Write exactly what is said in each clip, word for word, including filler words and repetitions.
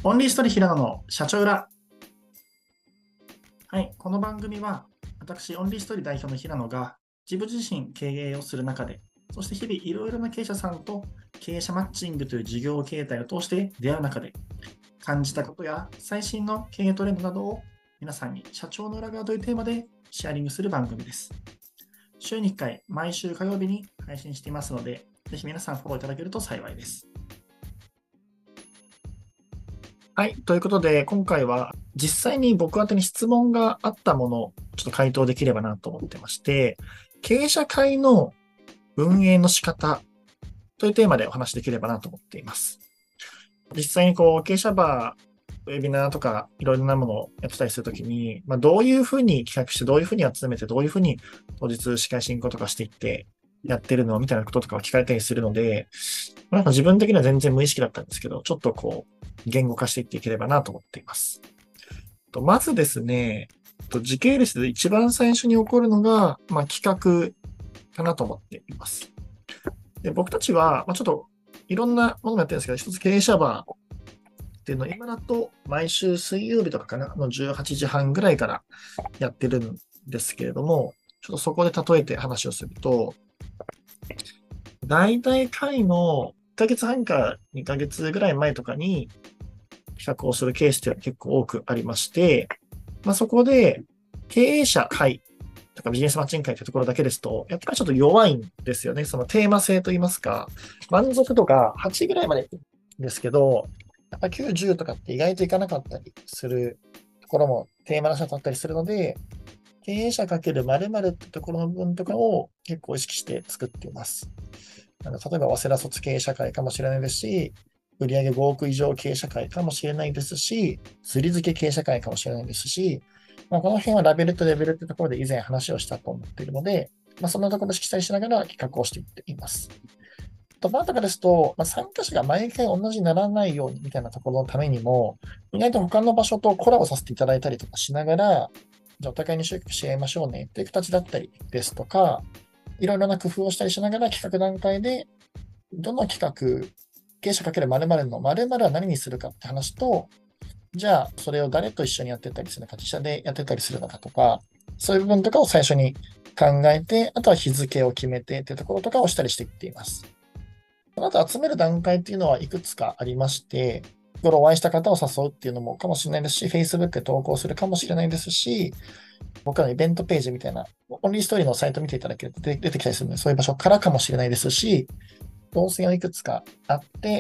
オンリーストーリー平野の社長裏。はい、この番組は、私、オンリーストーリー代表の平野が、自分自身経営をする中で、そして日々いろいろな経営者さんと経営者マッチングという事業形態を通して出会う中で、感じたことや最新の経営トレンドなどを皆さんに社長の裏側というテーマでシェアリングする番組です。週にいっかい、毎週火曜日に配信していますので、ぜひ皆さんフォローいただけると幸いです。はい。ということで、今回は実際に僕宛てに質問があったものをちょっと回答できればなと思ってまして、経営者会の運営の仕方というテーマでお話しできればなと思っています。実際にこう、経営者バー、ウェビナーとかいろいろなものをやってたりするときに、まあ、どういうふうに企画して、どういうふうに集めて、どういうふうに当日司会進行とかしていってやってるのみたいなこととかを聞かれたりするので、なんか自分的には全然無意識だったんですけど、ちょっとこう、言語化していっていければなと思っています。とまずですね、と時系列で一番最初に起こるのが、まあ、企画かなと思っています。で僕たちは、まあ、ちょっといろんなものをやってるんですけど、一つ経営者バーっていうのを今だと毎週水曜日とかかな、のじゅうはちじはんぐらいからやってるんですけれども、ちょっとそこで例えて話をすると、大体会のいっかげつはんかにかげつぐらい前とかに企画をするケースっていうのは結構多くありまして、まあ、そこで経営者会とかビジネスマッチング会というところだけですと、やっぱりちょっと弱いんですよね。そのテーマ性といいますか、満足度がはちぐらいまでですけど、やっぱきゅう、じゅうとかって意外といかなかったりするところもテーマの人だったりするので、経営者かける〇〇ってところの部分とかを結構意識して作っています。あの例えば、早稲田卒経営者会かもしれないですし、売上ごおく以上経営者会かもしれないですし、釣り付け経営者会かもしれないですし、まあ、この辺はラベルとレベルってところで以前話をしたと思っているので、まあ、そんなところを記載しながら企画をしていっています。と、バーとかですと、まあ、参加者が毎回同じにならないようにみたいなところのためにも、意外と他の場所とコラボさせていただいたりとかしながら、じゃあお互いに集客し合いましょうねっていう形だったりですとか、いろいろな工夫をしたりしながら企画段階で、どの企画、経営者かける〇〇の〇〇は何にするかって話と、じゃあそれを誰と一緒にやってたりするのか、自社でやってたりするのかとか、そういう部分とかを最初に考えて、あとは日付を決めてっていうところとかをしたりしていっています。その後集める段階っていうのはいくつかありまして、日頃お会いした方を誘うっていうのもかもしれないですし、Facebook で投稿するかもしれないですし、僕らのイベントページみたいな、オンリーストーリーのサイト見ていただけると出てきたりするので、そういう場所からかもしれないですし、動線がいくつかあって、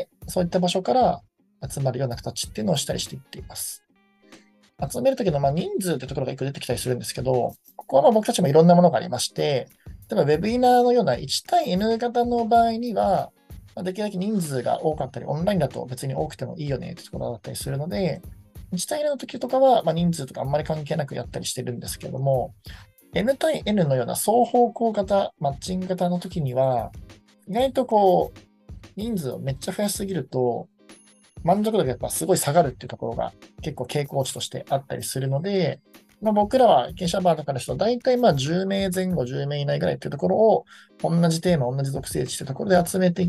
そういった場所から集まるような形っていうのをしたりしていっています。集めるときのまあ人数ってところがいく出てきたりするんですけど、ここはまあ僕たちもいろんなものがありまして、例えばウェビナーのようないち対 N 型の場合には、まあできるだけ人数が多かったり、オンラインだと別に多くてもいいよねってところだったりするので、いち対 N の時とかは、まあ、人数とかあんまり関係なくやったりしてるんですけども、N 対 N のような双方向型、マッチング型の時には、意外とこう、人数をめっちゃ増やしすぎると、満足度がやっぱすごい下がるっていうところが結構傾向値としてあったりするので、まあ、僕らは経営者バーとかですと、大体まあじゅう名前後、じゅう名以内ぐらいっていうところを、同じテーマ、同じ属性値っていうところで集めていって、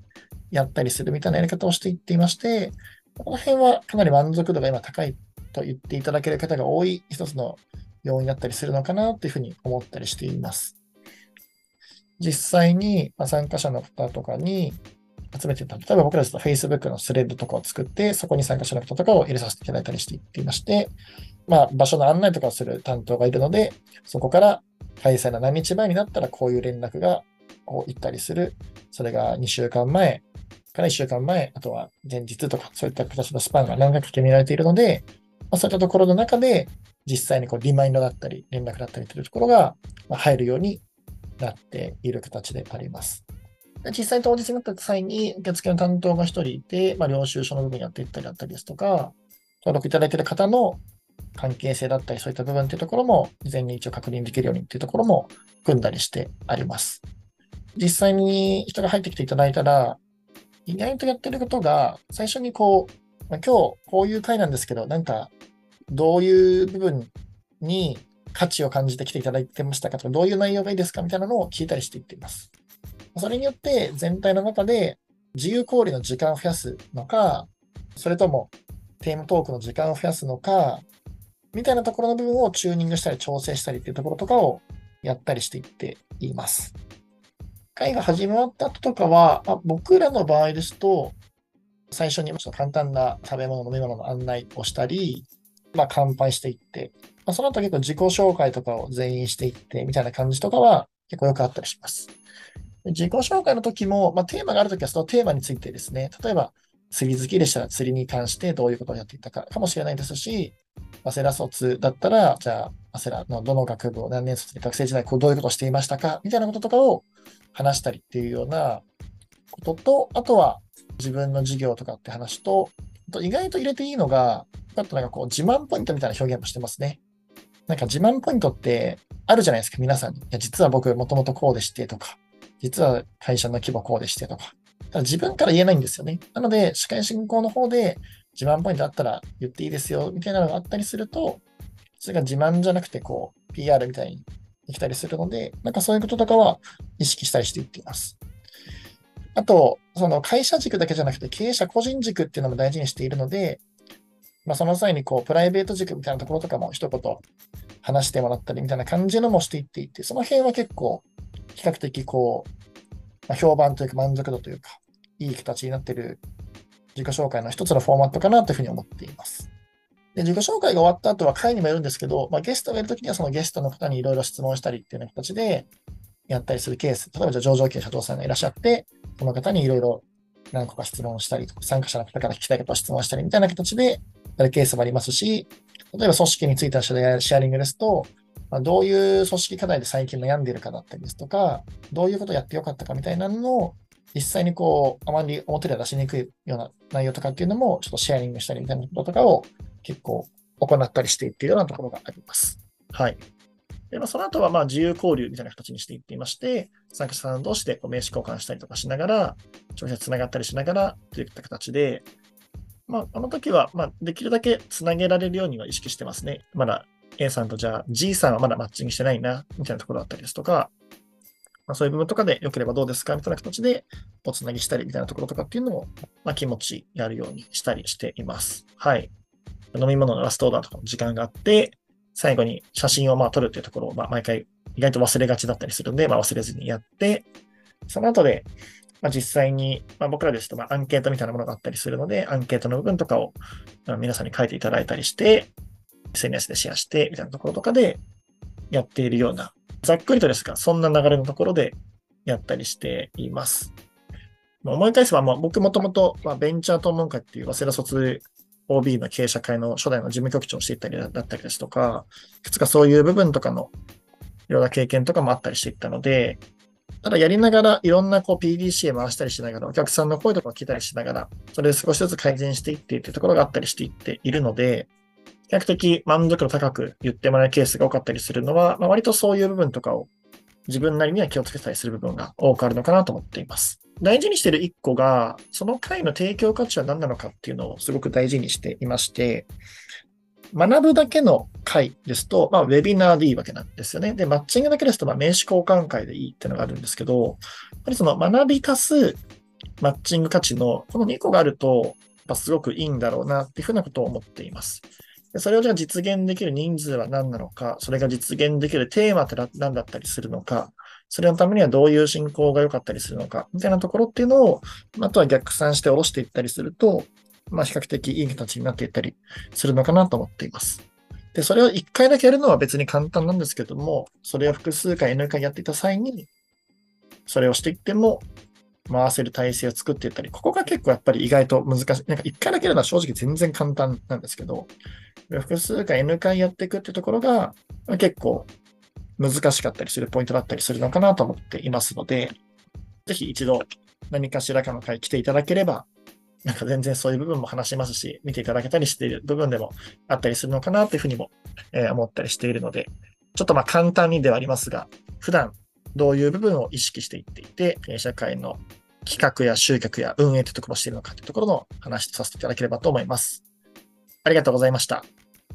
やったりするみたいなやり方をしていっていまして、この辺はかなり満足度が今高いと言っていただける方が多い一つの要因だったりするのかなというふうに思ったりしています。実際に参加者の方とかに集めてた。例えば僕らですと Facebook のスレッドとかを作って、そこに参加者の方とかを入れさせていただいたりしていっていまして、まあ、場所の案内とかをする担当がいるので、そこから開催の何日前になったらこういう連絡がこう行ったりする。それがにしゅうかんまえからいっしゅうかんまえ、あとは前日とか、そういった形のスパンが何回か決められているので、まあ、そういったところの中で、実際にこうリマインドだったり、連絡だったりというところが入るようになっている形であります。実際当日になった際に、受付の担当が一人いて、まあ、領収書の部分やっていったりだったりですとか、登録いただいている方の関係性だったり、そういった部分っていうところも、事前に一応確認できるようにっていうところも組んだりしてあります。実際に人が入ってきていただいたら、意外とやってることが、最初にこう、まあ、今日こういう回なんですけど、なんか、どういう部分に価値を感じてきていただいてましたかとか、どういう内容がいいですかみたいなのを聞いたりしていっています。それによって全体の中で自由交流の時間を増やすのか、それともテーマトークの時間を増やすのか、みたいなところの部分をチューニングしたり調整したりっていうところとかをやったりしていっています。会が始まった後とかは、あ僕らの場合ですと、最初にちょっと簡単な食べ物、飲み物の案内をしたり、まあ、乾杯していって、まあ、その後結構自己紹介とかを全員していって、みたいな感じとかは結構よくあったりします。で自己紹介の時も、まあ、テーマがある時はそのテーマについてですね、例えば釣り好きでしたら釣りに関してどういうことをやっていたかかもしれないですし、早稲田卒だったら、じゃあ、早稲田のどの学部を何年卒で学生時代こうどういうことをしていましたかみたいなこととかを話したりっていうようなことと、あとは自分の授業とかって話と、あと意外と入れていいのが、あとなんかこう自慢ポイントみたいな表現もしてますね。なんか自慢ポイントってあるじゃないですか、皆さんに。いや、実は僕もともとこうでしてとか、実は会社の規模こうでしてとか。ただ自分から言えないんですよね。なので、司会進行の方で自慢ポイントあったら言っていいですよ、みたいなのがあったりすると、それが自慢じゃなくてこう、ピーアール みたいにできたりするので、なんかそういうこととかは意識したりしていっています。あと、その会社軸だけじゃなくて経営者個人軸っていうのも大事にしているので、まあ、その際にこうプライベート軸みたいなところとかも一言話してもらったりみたいな感じのもしていっていて、その辺は結構比較的こう、まあ、評判というか満足度というか、いい形になっている自己紹介の一つのフォーマットかなというふうに思っています。で、自己紹介が終わった後は会にもよるんですけど、まあ、ゲストがいるときにはそのゲストの方にいろいろ質問したりっていうような形でやったりするケース、例えばじゃあ上場系社長さんがいらっしゃって、その方にいろいろ何個か質問したりとか、参加者の方から聞きたいことを質問したりみたいな形でやるケースもありますし、例えば組織についてのシェアリングですと、まあ、どういう組織課題で最近悩んでいるかだったりですとか、どういうことをやってよかったかみたいなのを、実際にこう、あまり表では出しにくいような内容とかっていうのも、ちょっとシェアリングしたりみたいなこととかを結構行ったりしていっているようなところがあります。はい。で、まあ、その後はまあ自由交流みたいな形にしていっていまして、参加者さん同士でこう名刺交換したりとかしながら、直接つながったりしながらといった形で、まあ、あの時はまあできるだけつなげられるようには意識してますね。まだ A さんとじゃあ G さんはまだマッチングしてないな、みたいなところだったりですとか、まあ、そういう部分とかで良ければどうですかみたいな形でおつなぎしたりみたいなところとかっていうのを、まあ、気持ちやるようにしたりしています。はい。飲み物のラストオーダーとかの時間があって、最後に写真をまあ撮るっていうところをまあ毎回意外と忘れがちだったりするんで、まあ、忘れずにやって、その後で、まあ、実際に、まあ、僕らですとまあアンケートみたいなものがあったりするので、アンケートの部分とかを皆さんに書いていただいたりして、エスエヌエス でシェアしてみたいなところとかでやっているような、ざっくりとですが、そんな流れのところでやったりしています。思い返せば、まあ、僕もともとベンチャー討論会っていう早稲田卒 オービー の経営者会の初代の事務局長をしていたりだったりですとか、いくつかそういう部分とかのいろんな経験とかもあったりしていったので、ただやりながらいろんなこう ピーディーシー 回したりしながら、お客さんの声とかを聞いたりしながら、それで少しずつ改善していってっていうところがあったりしていっているので、比較的満足度高く言ってもらえるケースが多かったりするのは、まあ、割とそういう部分とかを自分なりには気をつけたりする部分が多くあるのかなと思っています。大事にしている一個が、その回の提供価値は何なのかっていうのをすごく大事にしていまして、学ぶだけの会ですと、まあ、ウェビナーでいいわけなんですよね。で、マッチングだけですと、まあ、名刺交換会でいいっていうのがあるんですけど、やっぱりその学び足すマッチング価値のこのにこがあると、やっぱすごくいいんだろうなっていうふうなことを思っています。でそれをじゃあ実現できる人数は何なのか、それが実現できるテーマって何だったりするのか、それのためにはどういう進行が良かったりするのか、みたいなところっていうのを、あとは逆算して下ろしていったりすると、まあ比較的いい形になっていったりするのかなと思っています。で、それをいっかいだけやるのは別に簡単なんですけども、それを複数回 N 回やっていた際に、それをしていっても、回せる体制を作っていったり、ここが結構やっぱり意外と難しい。なんかいっかいだけやるのは正直全然簡単なんですけど、複数回 N 回やっていくっていうところが結構難しかったりするポイントだったりするのかなと思っていますので、ぜひ一度何かしらかの回来ていただければ、なんか全然そういう部分も話しますし、見ていただけたりしている部分でもあったりするのかなというふうにも、えー思ったりしているので、ちょっとまあ簡単にではありますが、普段どういう部分を意識していっていて、社会の企画や集客や運営というところをしているのかというところの話をさせていただければと思います。ありがとうございました。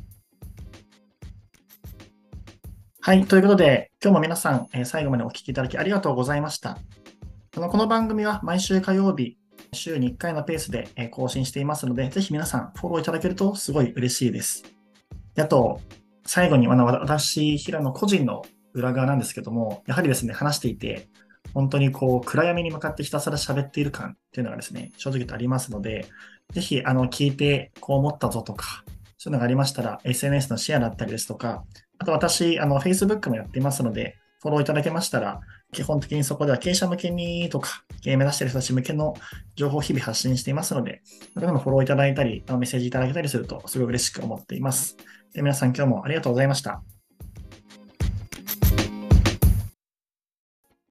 はい。ということで、今日も皆さん、えー最後までお聞きいただきありがとうございました。あのこの番組は毎週火曜日週にいっかいのペースでえー更新していますので、ぜひ皆さんフォローいただけるとすごい嬉しいです。であと、最後に、あの、私、平野個人の裏側なんですけども、やはりですね、話していて、本当にこう、暗闇に向かってひたすら喋っている感っていうのがですね、正直言うとありますので、ぜひ、あの、聞いてこう思ったぞとか、そういうのがありましたら、エスエヌエス のシェアだったりですとか、あと私、あの、Facebook もやっていますので、フォローいただけましたら、基本的にそこでは経営者向けにとか、経営目指している人たち向けの情報を日々発信していますので、それらのフォローいただいたり、あのメッセージいただけたりすると、すごい嬉しく思っています。で皆さん今日もありがとうございました。